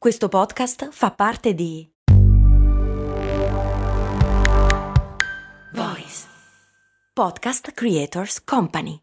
Questo podcast fa parte di Voice Podcast Creators Company.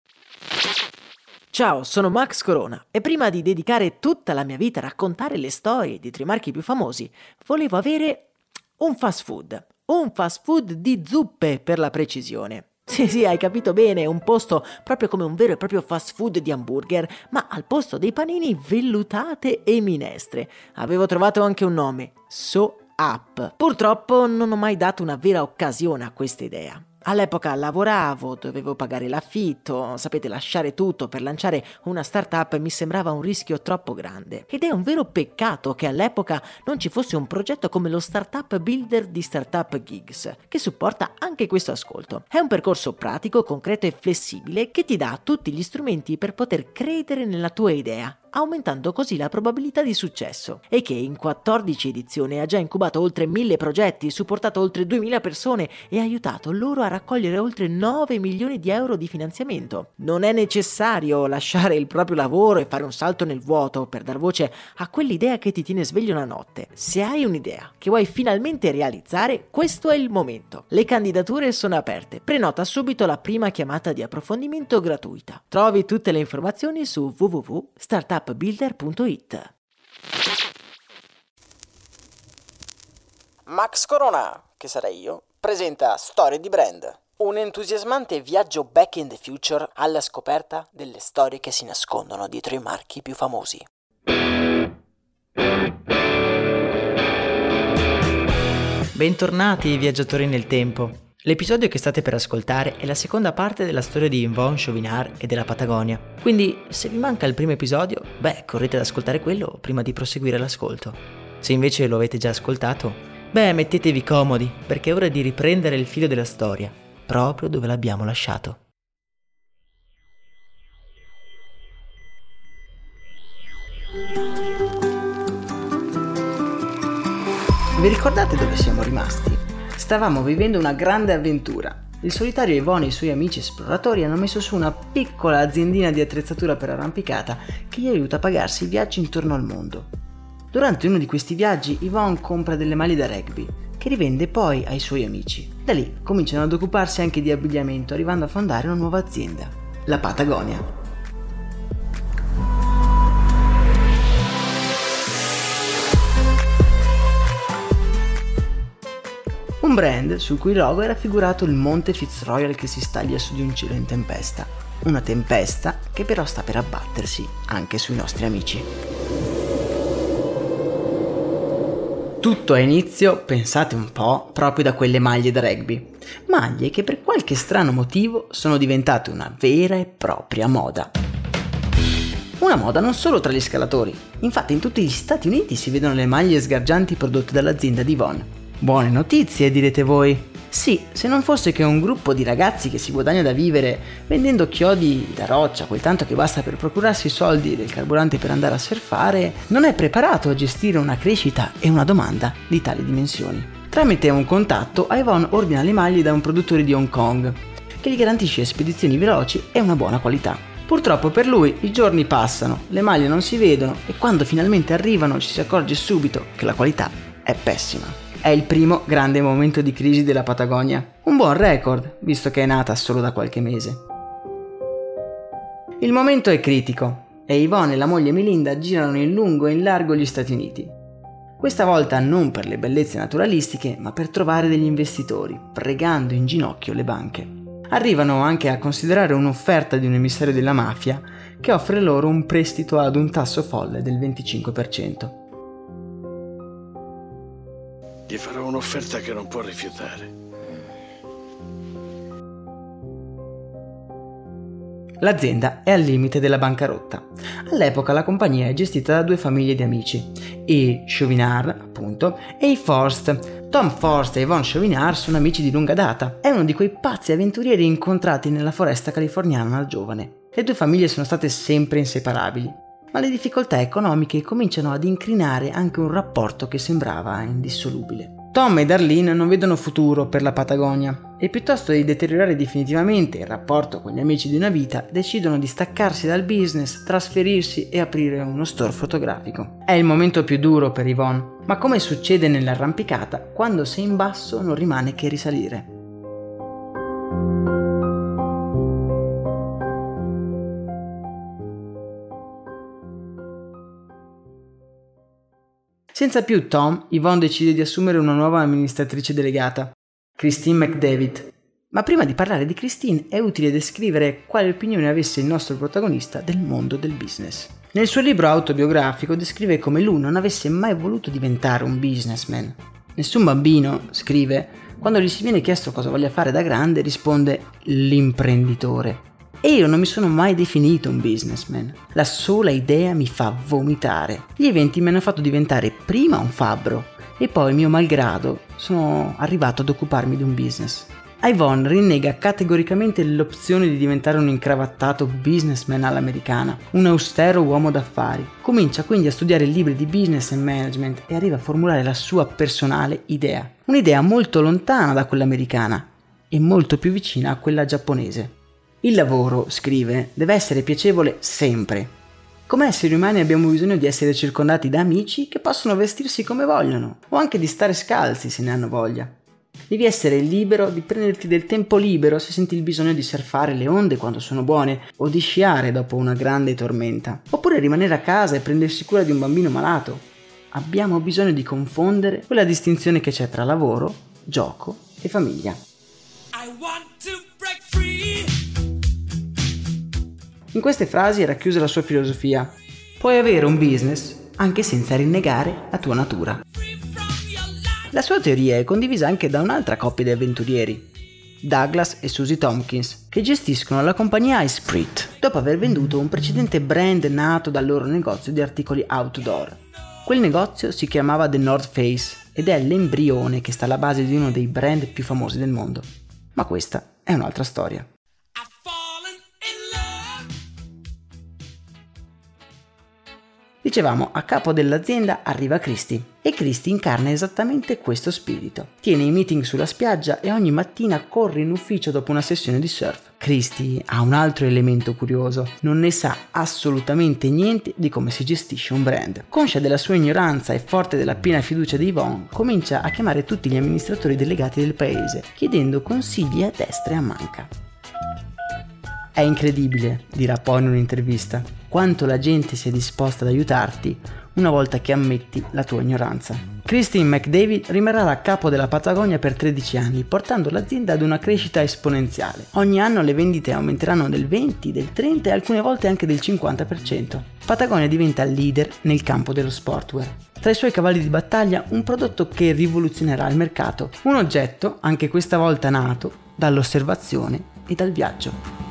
Ciao, sono Max Corona e prima di dedicare tutta la mia vita a raccontare le storie di tre marchi più famosi, volevo avere un fast food di zuppe per la precisione. Sì, hai capito bene, un posto proprio come un vero e proprio fast food di hamburger, ma al posto dei panini vellutate e minestre. Avevo trovato anche un nome, So Up. Purtroppo non ho mai dato una vera occasione a questa idea. All'epoca lavoravo, dovevo pagare l'affitto, sapete, lasciare tutto per lanciare una startup mi sembrava un rischio troppo grande. Ed è un vero peccato che all'epoca non ci fosse un progetto come lo Startup Builder di Startup Gigs, che supporta anche questo ascolto. È un percorso pratico, concreto e flessibile che ti dà tutti gli strumenti per poter credere nella tua idea, aumentando così la probabilità di successo, e che in 14 edizioni ha già incubato oltre 1000 progetti, supportato oltre 2000 persone e aiutato loro a raccogliere oltre 9 milioni di euro di finanziamento. Non è necessario lasciare il proprio lavoro e fare un salto nel vuoto per dar voce a quell'idea che ti tiene sveglio la notte. Se hai un'idea che vuoi finalmente realizzare, questo è il momento. Le candidature sono aperte. Prenota subito la prima chiamata di approfondimento gratuita. Trovi tutte le informazioni su www.startupbuilder.it. Max Corona, che sarei io, presenta Storie di Brand, un entusiasmante viaggio back in the future alla scoperta delle storie che si nascondono dietro i marchi più famosi. Bentornati viaggiatori nel tempo. L'episodio che state per ascoltare è la seconda parte della storia di Yvon Chouinard e della Patagonia. Quindi, se vi manca il primo episodio, correte ad ascoltare quello prima di proseguire l'ascolto. Se invece lo avete già ascoltato, mettetevi comodi, perché è ora di riprendere il filo della storia, proprio dove l'abbiamo lasciato. Vi ricordate dove siamo rimasti? Stavamo vivendo una grande avventura. Il solitario Yvon e i suoi amici esploratori hanno messo su una piccola aziendina di attrezzatura per arrampicata che gli aiuta a pagarsi i viaggi intorno al mondo. Durante uno di questi viaggi Yvon compra delle maglie da rugby che rivende poi ai suoi amici. Da lì cominciano ad occuparsi anche di abbigliamento, arrivando a fondare una nuova azienda, la Patagonia. Un brand sul cui logo è raffigurato il monte Fitzroy che si staglia su di un cielo in tempesta. Una tempesta che però sta per abbattersi anche sui nostri amici. Tutto ha inizio, pensate un po', proprio da quelle maglie da rugby. Maglie che per qualche strano motivo sono diventate una vera e propria moda. Una moda non solo tra gli scalatori. Infatti in tutti gli Stati Uniti si vedono le maglie sgargianti prodotte dall'azienda di Yvon. Buone notizie, direte voi. Sì, se non fosse che un gruppo di ragazzi che si guadagna da vivere vendendo chiodi da roccia, quel tanto che basta per procurarsi i soldi del carburante per andare a surfare, non è preparato a gestire una crescita e una domanda di tali dimensioni. Tramite un contatto, Yvon ordina le maglie da un produttore di Hong Kong, che gli garantisce spedizioni veloci e una buona qualità. Purtroppo per lui i giorni passano, le maglie non si vedono e quando finalmente arrivano ci si accorge subito che la qualità è pessima. È il primo grande momento di crisi della Patagonia. Un buon record, visto che è nata solo da qualche mese. Il momento è critico e Yvon e la moglie Melinda girano in lungo e in largo gli Stati Uniti. Questa volta non per le bellezze naturalistiche, ma per trovare degli investitori, pregando in ginocchio le banche. Arrivano anche a considerare un'offerta di un emissario della mafia che offre loro un prestito ad un tasso folle del 25%. Gli farò un'offerta che non può rifiutare. L'azienda è al limite della bancarotta. All'epoca la compagnia è gestita da due famiglie di amici, i Chouinard, appunto, e i Forst. Tom Forst e Yvon Chouinard sono amici di lunga data. È uno di quei pazzi avventurieri incontrati nella foresta californiana da giovane. Le due famiglie sono state sempre inseparabili, ma le difficoltà economiche cominciano ad incrinare anche un rapporto che sembrava indissolubile. Tom e Darlene non vedono futuro per la Patagonia e piuttosto di deteriorare definitivamente il rapporto con gli amici di una vita, decidono di staccarsi dal business, trasferirsi e aprire uno store fotografico. È il momento più duro per Yvonne, ma come succede nell'arrampicata, quando sei in basso non rimane che risalire. Senza più Tom, Yvonne decide di assumere una nuova amministratrice delegata, Christine McDavid. Ma prima di parlare di Christine è utile descrivere quale opinione avesse il nostro protagonista del mondo del business. Nel suo libro autobiografico descrive come lui non avesse mai voluto diventare un businessman. Nessun bambino, scrive, quando gli si viene chiesto cosa voglia fare da grande, risponde l'imprenditore. E io non mi sono mai definito un businessman. La sola idea mi fa vomitare. Gli eventi mi hanno fatto diventare prima un fabbro e poi, mio malgrado, sono arrivato ad occuparmi di un business. Yvonne rinnega categoricamente l'opzione di diventare un incravattato businessman all'americana, un austero uomo d'affari. Comincia quindi a studiare libri di business e management e arriva a formulare la sua personale idea. Un'idea molto lontana da quella americana e molto più vicina a quella giapponese. Il lavoro, scrive, deve essere piacevole sempre. Come esseri umani abbiamo bisogno di essere circondati da amici che possono vestirsi come vogliono, o anche di stare scalzi se ne hanno voglia. Devi essere libero di prenderti del tempo libero se senti il bisogno di surfare le onde quando sono buone, o di sciare dopo una grande tormenta, oppure rimanere a casa e prendersi cura di un bambino malato. Abbiamo bisogno di confondere quella distinzione che c'è tra lavoro, gioco e famiglia. I want to break free. In queste frasi è racchiusa la sua filosofia. Puoi avere un business anche senza rinnegare la tua natura. La sua teoria è condivisa anche da un'altra coppia di avventurieri, Douglas e Susie Tompkins, che gestiscono la compagnia Esprit, dopo aver venduto un precedente brand nato dal loro negozio di articoli outdoor. Quel negozio si chiamava The North Face ed è l'embrione che sta alla base di uno dei brand più famosi del mondo. Ma questa è un'altra storia. Dicevamo, a capo dell'azienda arriva Christy e Christy incarna esattamente questo spirito. Tiene i meeting sulla spiaggia e ogni mattina corre in ufficio dopo una sessione di surf. Christy ha un altro elemento curioso, non ne sa assolutamente niente di come si gestisce un brand. Conscia della sua ignoranza e forte della piena fiducia di Yvonne, comincia a chiamare tutti gli amministratori delegati del paese, chiedendo consigli a destra e a manca. È incredibile, dirà poi in un'intervista, quanto la gente sia disposta ad aiutarti una volta che ammetti la tua ignoranza. Christine McDavid rimarrà a capo della Patagonia per 13 anni, portando l'azienda ad una crescita esponenziale. Ogni anno le vendite aumenteranno del 20, del 30 e alcune volte anche del 50%. Patagonia diventa leader nel campo dello sportwear. Tra i suoi cavalli di battaglia un prodotto che rivoluzionerà il mercato, un oggetto anche questa volta nato dall'osservazione e dal viaggio.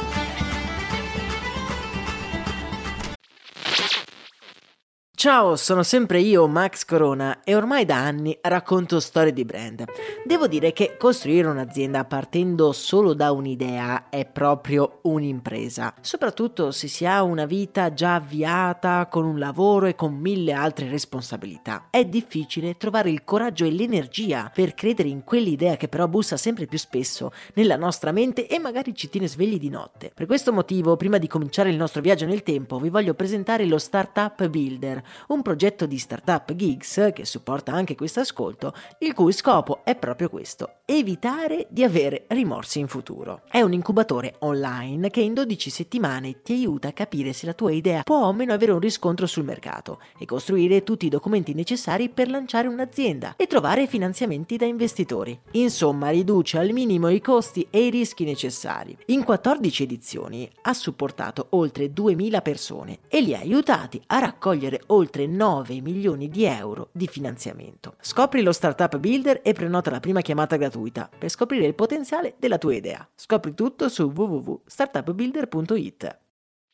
Ciao, sono sempre io, Max Corona, e ormai da anni racconto storie di brand. Devo dire che costruire un'azienda partendo solo da un'idea è proprio un'impresa, soprattutto se si ha una vita già avviata con un lavoro e con 1000 altre responsabilità. È difficile trovare il coraggio e l'energia per credere in quell'idea che però bussa sempre più spesso nella nostra mente e magari ci tiene svegli di notte. Per questo motivo, prima di cominciare il nostro viaggio nel tempo, vi voglio presentare lo Startup Builder, un progetto di Startup Geeks che supporta anche questo ascolto, il cui scopo è proprio questo: evitare di avere rimorsi in futuro. È un incubatore online che in 12 settimane ti aiuta a capire se la tua idea può o meno avere un riscontro sul mercato e costruire tutti i documenti necessari per lanciare un'azienda e trovare finanziamenti da investitori. Insomma, riduce al minimo i costi e i rischi necessari. In 14 edizioni ha supportato oltre 2000 persone e li ha aiutati a raccogliere oltre 9 milioni di euro di finanziamento. Scopri lo Startup Builder e prenota la prima chiamata gratuita per scoprire il potenziale della tua idea. Scopri tutto su www.startupbuilder.it.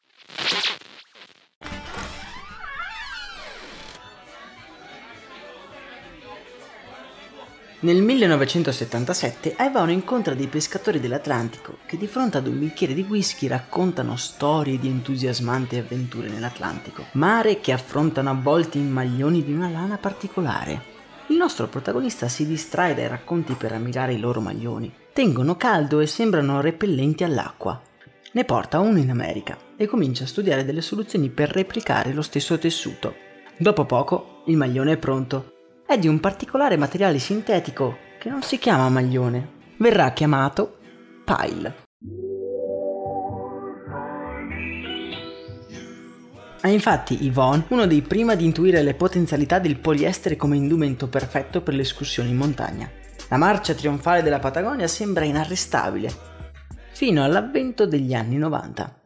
Nel 1977 Yvonne incontra dei pescatori dell'Atlantico che di fronte ad un bicchiere di whisky raccontano storie di entusiasmanti avventure nell'Atlantico, mare che affrontano avvolti in maglioni di una lana particolare. il nostro protagonista si distrae dai racconti per ammirare i loro maglioni. Tengono caldo e sembrano repellenti all'acqua. Ne porta uno in America e comincia a studiare delle soluzioni per replicare lo stesso tessuto. Dopo poco il maglione è pronto. È di un particolare materiale sintetico che non si chiama maglione. Verrà chiamato pile. È infatti Yvonne uno dei primi ad intuire le potenzialità del poliestere come indumento perfetto per le escursioni in montagna. La marcia trionfale della Patagonia sembra inarrestabile, fino all'avvento degli anni 90.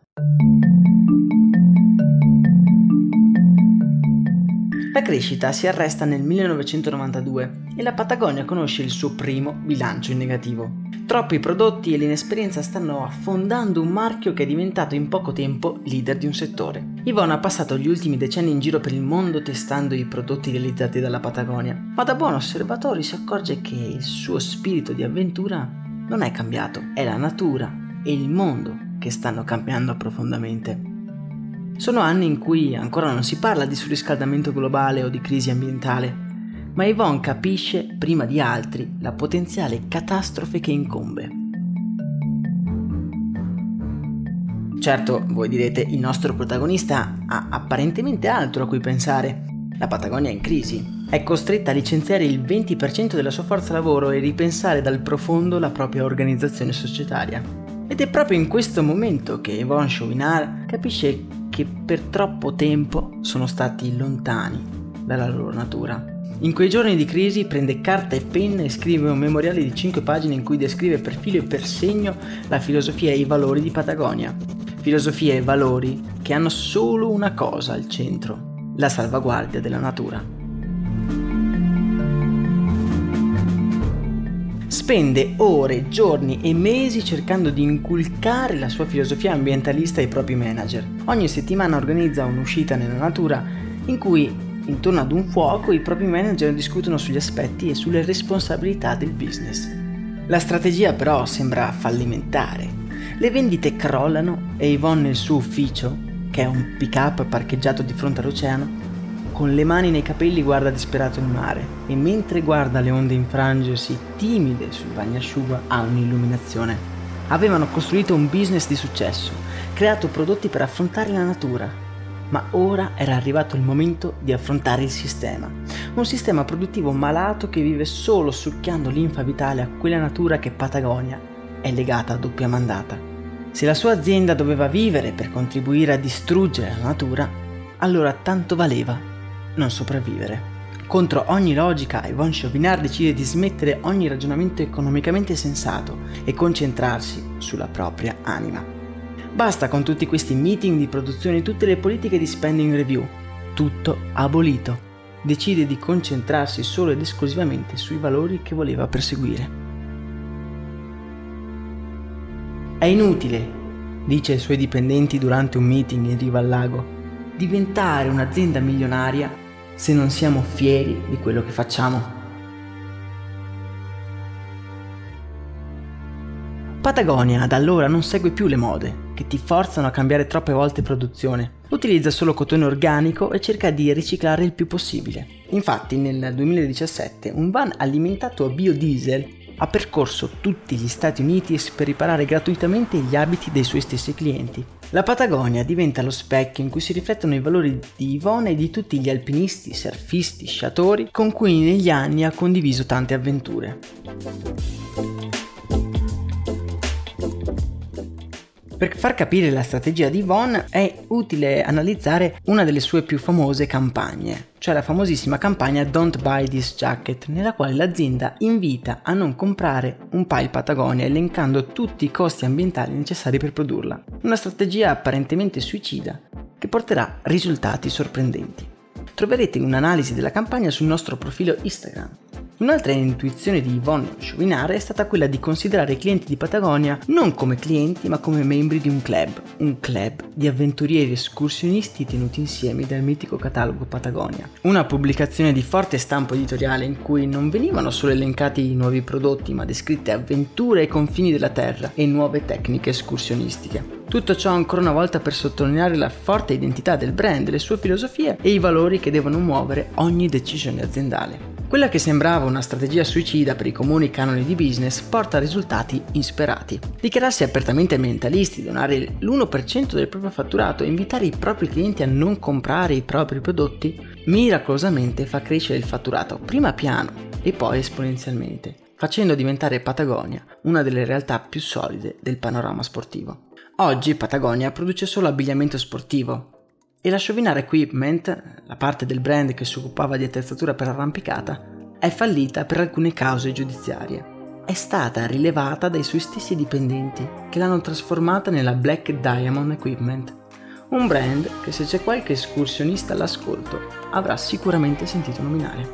La crescita si arresta nel 1992 e la Patagonia conosce il suo primo bilancio in negativo. Troppi prodotti e l'inesperienza stanno affondando un marchio che è diventato in poco tempo leader di un settore. Yvonne ha passato gli ultimi decenni in giro per il mondo testando i prodotti realizzati dalla Patagonia, ma da buon osservatore si accorge che il suo spirito di avventura non è cambiato, è la natura e il mondo che stanno cambiando profondamente. Sono anni in cui ancora non si parla di surriscaldamento globale o di crisi ambientale, ma Yvonne capisce prima di altri la potenziale catastrofe che incombe. Certo, voi direte, il nostro protagonista ha apparentemente altro a cui pensare. La Patagonia è in crisi. È costretta a licenziare il 20% della sua forza lavoro e ripensare dal profondo la propria organizzazione societaria. Ed è proprio in questo momento che Yvonne Chouinard capisce che per troppo tempo sono stati lontani dalla loro natura. In quei giorni di crisi prende carta e penna e scrive un memoriale di 5 pagine in cui descrive per filo e per segno la filosofia e i valori di Patagonia. Filosofia e valori che hanno solo una cosa al centro: la salvaguardia della natura. Spende ore, giorni e mesi cercando di inculcare la sua filosofia ambientalista ai propri manager. Ogni settimana organizza un'uscita nella natura in cui, intorno ad un fuoco, i propri manager discutono sugli aspetti e sulle responsabilità del business. La strategia però sembra fallimentare. Le vendite crollano e Yvonne nel suo ufficio, che è un pick-up parcheggiato di fronte all'oceano, con le mani nei capelli guarda disperato il mare e mentre guarda le onde infrangersi timide sul bagnasciuga ha un'illuminazione. Avevano costruito un business di successo, creato prodotti per affrontare la natura, ma ora era arrivato il momento di affrontare il sistema. Un sistema produttivo malato che vive solo succhiando linfa vitale a quella natura che Patagonia è legata a doppia mandata. Se la sua azienda doveva vivere per contribuire a distruggere la natura, allora tanto valeva non sopravvivere. Contro ogni logica, Yvonne Chouinard decide di smettere ogni ragionamento economicamente sensato e concentrarsi sulla propria anima. Basta con tutti questi meeting di produzione e tutte le politiche di spending review. Tutto abolito. Decide di concentrarsi solo ed esclusivamente sui valori che voleva perseguire. È inutile, dice ai suoi dipendenti durante un meeting in riva al lago, diventare un'azienda milionaria se non siamo fieri di quello che facciamo. Patagonia da allora non segue più le mode, che ti forzano a cambiare troppe volte produzione. Utilizza solo cotone organico e cerca di riciclare il più possibile. Infatti nel 2017 un van alimentato a biodiesel ha percorso tutti gli Stati Uniti per riparare gratuitamente gli abiti dei suoi stessi clienti. La Patagonia diventa lo specchio in cui si riflettono i valori di Yvonne e di tutti gli alpinisti, surfisti, sciatori con cui negli anni ha condiviso tante avventure. Per far capire la strategia di Yvonne è utile analizzare una delle sue più famose campagne, cioè la famosissima campagna Don't Buy This Jacket, nella quale l'azienda invita a non comprare un pile Patagonia elencando tutti i costi ambientali necessari per produrla. Una strategia apparentemente suicida che porterà risultati sorprendenti. Troverete un'analisi della campagna sul nostro profilo Instagram. Un'altra intuizione di Yvonne Chouinard è stata quella di considerare i clienti di Patagonia non come clienti ma come membri di un club di avventurieri escursionisti tenuti insieme dal mitico catalogo Patagonia. Una pubblicazione di forte stampo editoriale in cui non venivano solo elencati i nuovi prodotti ma descritte avventure ai confini della terra e nuove tecniche escursionistiche. Tutto ciò ancora una volta per sottolineare la forte identità del brand, le sue filosofie e i valori che devono muovere ogni decisione aziendale. Quella che sembrava una strategia suicida per i comuni canoni di business porta a risultati insperati. Dichiararsi apertamente ambientalisti, donare l'1% del proprio fatturato e invitare i propri clienti a non comprare i propri prodotti miracolosamente fa crescere il fatturato prima piano e poi esponenzialmente, facendo diventare Patagonia una delle realtà più solide del panorama sportivo. Oggi Patagonia produce solo abbigliamento sportivo e la Chauvinard Equipment, la parte del brand che si occupava di attrezzatura per arrampicata, è fallita per alcune cause giudiziarie. È stata rilevata dai suoi stessi dipendenti che l'hanno trasformata nella Black Diamond Equipment, un brand che, se c'è qualche escursionista all'ascolto, avrà sicuramente sentito nominare.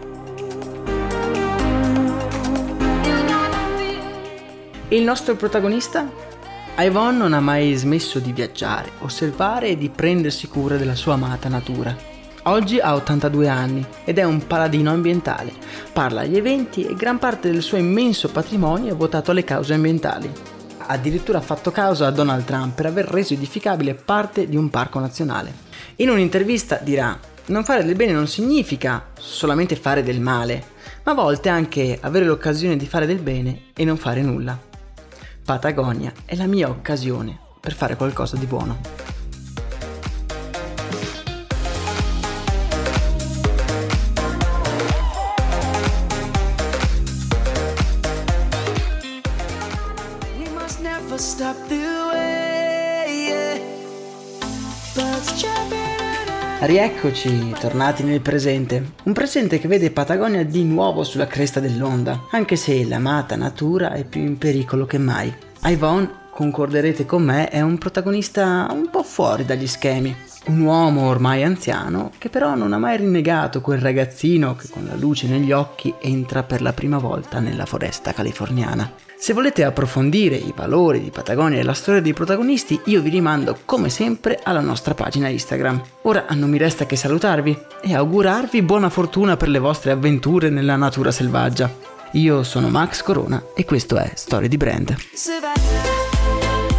Il nostro protagonista? Yvonne non ha mai smesso di viaggiare, osservare e di prendersi cura della sua amata natura. Oggi ha 82 anni ed è un paladino ambientale, parla agli eventi e gran parte del suo immenso patrimonio è votato alle cause ambientali. Ha addirittura fatto causa a Donald Trump per aver reso edificabile parte di un parco nazionale. In un'intervista dirà: non fare del bene non significa solamente fare del male, ma a volte anche avere l'occasione di fare del bene e non fare nulla. Patagonia è la mia occasione per fare qualcosa di buono. Rieccoci, tornati nel presente. Un presente che vede Patagonia di nuovo sulla cresta dell'onda, anche se l'amata natura è più in pericolo che mai. Yvonne, concorderete con me, è un protagonista un po' fuori dagli schemi. Un uomo ormai anziano che però non ha mai rinnegato quel ragazzino che con la luce negli occhi entra per la prima volta nella foresta californiana. Se volete approfondire i valori di Patagonia e la storia dei protagonisti, io vi rimando come sempre alla nostra pagina Instagram. Ora non mi resta che salutarvi e augurarvi buona fortuna per le vostre avventure nella natura selvaggia. Io sono Max Corona e questo è Storie di Brand.